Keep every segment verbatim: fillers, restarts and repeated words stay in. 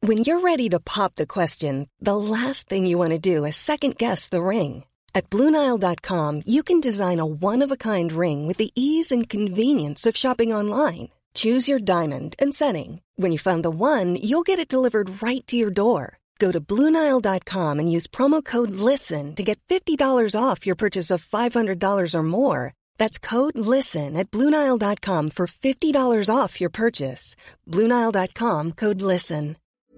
When you're ready to pop the question, the last thing you want to do is second-guess the ring. At Blue Nile dot com, you can design a one-of-a-kind ring with the ease and convenience of shopping online. Choose your diamond and setting. When you find the one, you'll get it delivered right to your door. Go to Blue Nile dot com and use promo code LISTEN to get fifty dollars off your purchase of five hundred dollars or more. That's code LISTEN at Blue Nile dot com for fifty dollars off your purchase. Blue Nile dot com, code LISTEN.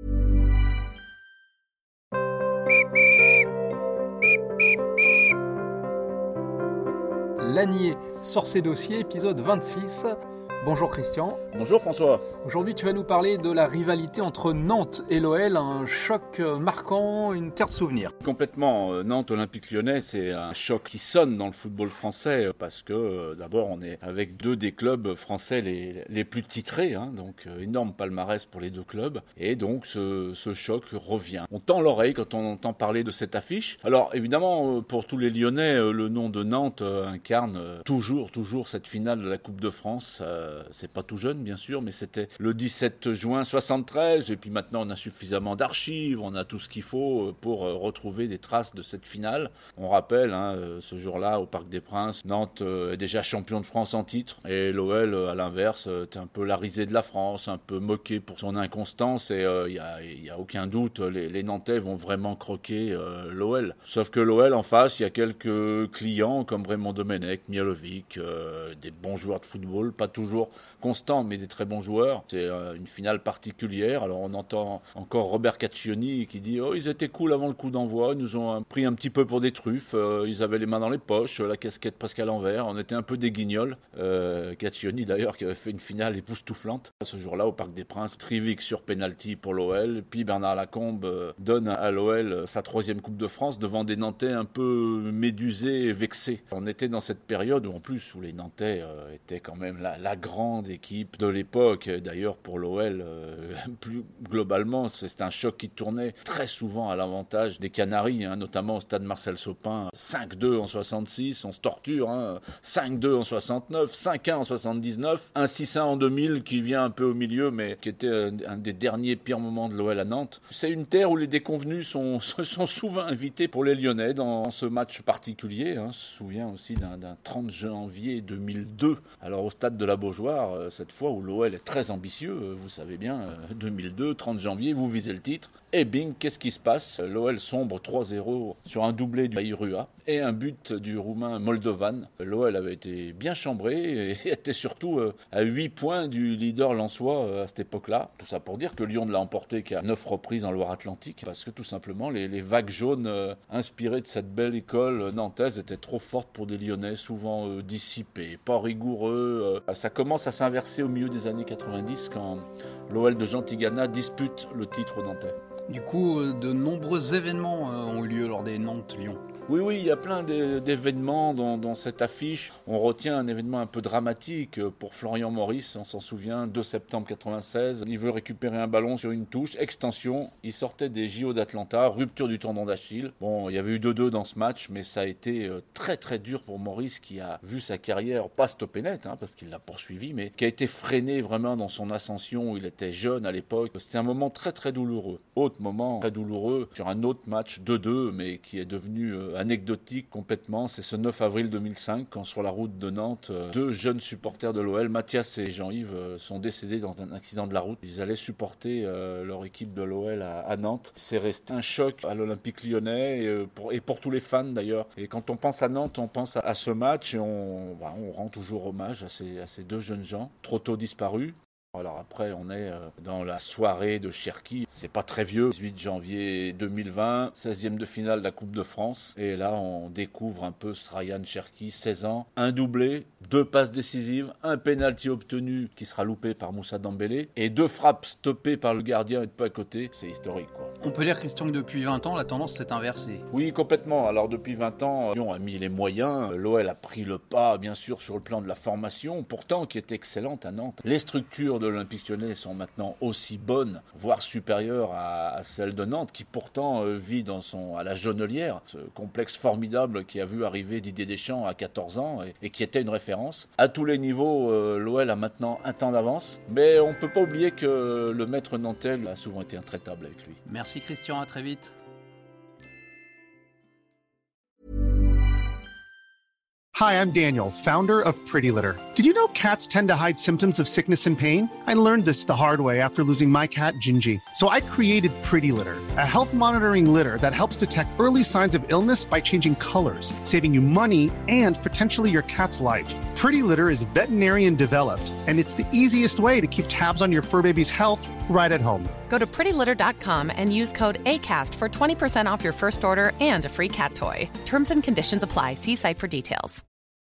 Lanier sort ses dossiers, épisode vingt-six. Bonjour Christian. Bonjour François. Aujourd'hui tu vas nous parler de la rivalité entre Nantes et l'O L, un choc marquant, une carte souvenir. Complètement, Nantes Olympique Lyonnais, c'est un choc qui sonne dans le football français parce que d'abord on est avec deux des clubs français les, les plus titrés, hein, donc énorme palmarès pour les deux clubs, et donc ce, ce choc revient. On tend l'oreille quand on entend parler de cette affiche. Alors évidemment pour tous les Lyonnais, le nom de Nantes incarne toujours, toujours cette finale de la Coupe de France. C'est pas tout jeune bien sûr, mais c'était le dix-sept juin soixante-treize, et puis maintenant on a suffisamment d'archives, on a tout ce qu'il faut pour retrouver des traces de cette finale. On rappelle, hein, ce jour-là au Parc des Princes, Nantes est déjà champion de France en titre, et l'O L à l'inverse est un peu la risée de la France, un peu moqué pour son inconstance, et il euh, n'y a, y a aucun doute, les, les Nantais vont vraiment croquer euh, l'O L. Sauf que l'O L en face, il y a quelques clients comme Raymond Domenech, Mihajlovic, euh, des bons joueurs de football, pas toujours constants, mais des très bons joueurs. C'est euh, une finale particulière. Alors on entend encore Robert Caccioni qui dit « Oh, ils étaient cool avant le coup d'envoi, ils nous ont pris un petit peu pour des truffes, euh, ils avaient les mains dans les poches, la casquette presque à l'envers, on était un peu des guignols. Euh, » Caccioni d'ailleurs qui avait fait une finale époustouflante. Ce jour-là au Parc des Princes, Trivic sur penalty pour l'O L, puis Bernard Lacombe euh, donne à l'O L sa troisième Coupe de France devant des Nantais un peu médusés et vexés. On était dans cette période où en plus où les Nantais euh, étaient quand même la, la grande équipe de l'époque. D'ailleurs pour l'O L, euh, plus globalement, c'est un choc qui tournait très souvent à l'avantage des Canaries, hein, notamment au stade Marcel Sopin. cinq deux en soixante-six, on se torture, hein, cinq deux en soixante-neuf, cinq un en soixante-dix-neuf, un six un en deux mille qui vient un peu au milieu, mais qui était un, un des derniers pires moments de l'O L à Nantes. C'est une terre où les déconvenus sont, sont souvent invités pour les Lyonnais dans ce match particulier. Hein. On se souvient aussi d'un, d'un trente janvier deux mille deux, alors au stade de la Beaujoire, cette fois où l'O L est très ambitieux, vous savez bien, deux mille deux, trente janvier, vous visez le titre, et bing, qu'est-ce qui se passe? L'O L sombre trois zéro sur un doublé du Bayrua et un but du Roumain Moldovan. L'O L avait été bien chambré et était surtout à huit points du leader lensois à cette époque-là. Tout ça pour dire que Lyon ne l'a emporté qu'à neuf reprises en Loire-Atlantique, parce que tout simplement les, les vagues jaunes euh, inspirées de cette belle école nantaise étaient trop fortes pour des Lyonnais, souvent euh, dissipés, pas rigoureux. Euh, ça commence à s'inverser au milieu des années quatre-vingt-dix quand l'O L de Jean Tigana dispute le titre nantais. Du coup, de nombreux événements ont eu lieu lors des Nantes-Lyon. Oui, oui, il y a plein d'événements dans, dans cette affiche. On retient un événement un peu dramatique pour Florian Maurice, on s'en souvient, deux septembre quatre-vingt-seize. Il veut récupérer un ballon sur une touche, extension. Il sortait des J O d'Atlanta, rupture du tendon d'Achille. Bon, il y avait eu deux deux dans ce match, mais ça a été très très dur pour Maurice qui a vu sa carrière, pas stopper net, hein, parce qu'il l'a poursuivi, mais qui a été freiné vraiment dans son ascension où il était jeune à l'époque. C'était un moment très très douloureux. Autre moment très douloureux sur un autre match deux deux, mais qui est devenu anecdotique complètement, c'est ce neuf avril deux mille cinq quand sur la route de Nantes, deux jeunes supporters de l'O L, Mathias et Jean-Yves, sont décédés dans un accident de la route. Ils allaient supporter euh, leur équipe de l'O L à, à Nantes. C'est resté un choc à l'Olympique Lyonnais et, euh, pour, et pour tous les fans d'ailleurs. Et quand on pense à Nantes, on pense à, à ce match et on, bah, on rend toujours hommage à ces, à ces deux jeunes gens, trop tôt disparus. Alors après, on est dans la soirée de Cherki. C'est pas très vieux. dix-huit janvier deux mille vingt, seizième de finale de la Coupe de France. Et là, on découvre un peu ce Ryan Cherki, seize ans. Un doublé, deux passes décisives, un pénalty obtenu qui sera loupé par Moussa Dembélé et deux frappes stoppées par le gardien et de peu à côté. C'est historique, quoi. On peut dire, Christian, que depuis vingt ans, la tendance s'est inversée. Oui, complètement. Alors depuis vingt ans, Lyon a mis les moyens. L'O L a pris le pas, bien sûr, sur le plan de la formation, pourtant qui est excellente à Nantes. Les structures de l'Olympique Lyonnais sont maintenant aussi bonnes, voire supérieures à, à celles de Nantes, qui pourtant euh, vit dans son, à la Jonelière, ce complexe formidable qui a vu arriver Didier Deschamps à quatorze ans et, et qui était une référence. À tous les niveaux, euh, l'O L a maintenant un temps d'avance, mais on ne peut pas oublier que le maître nantais a souvent été intraitable avec lui. Merci Christian, à très vite. Hi, I'm Daniel, founder of Pretty Litter. Did you know cats tend to hide symptoms of sickness and pain? I learned this the hard way after losing my cat, Gingy. So I created Pretty Litter, a health monitoring litter that helps detect early signs of illness by changing colors, saving you money and potentially your cat's life. Pretty Litter is veterinarian developed, and it's the easiest way to keep tabs on your fur baby's health right at home. Go to pretty litter dot com and use code ACAST for twenty percent off your first order and a free cat toy. Terms and conditions apply. See site for details.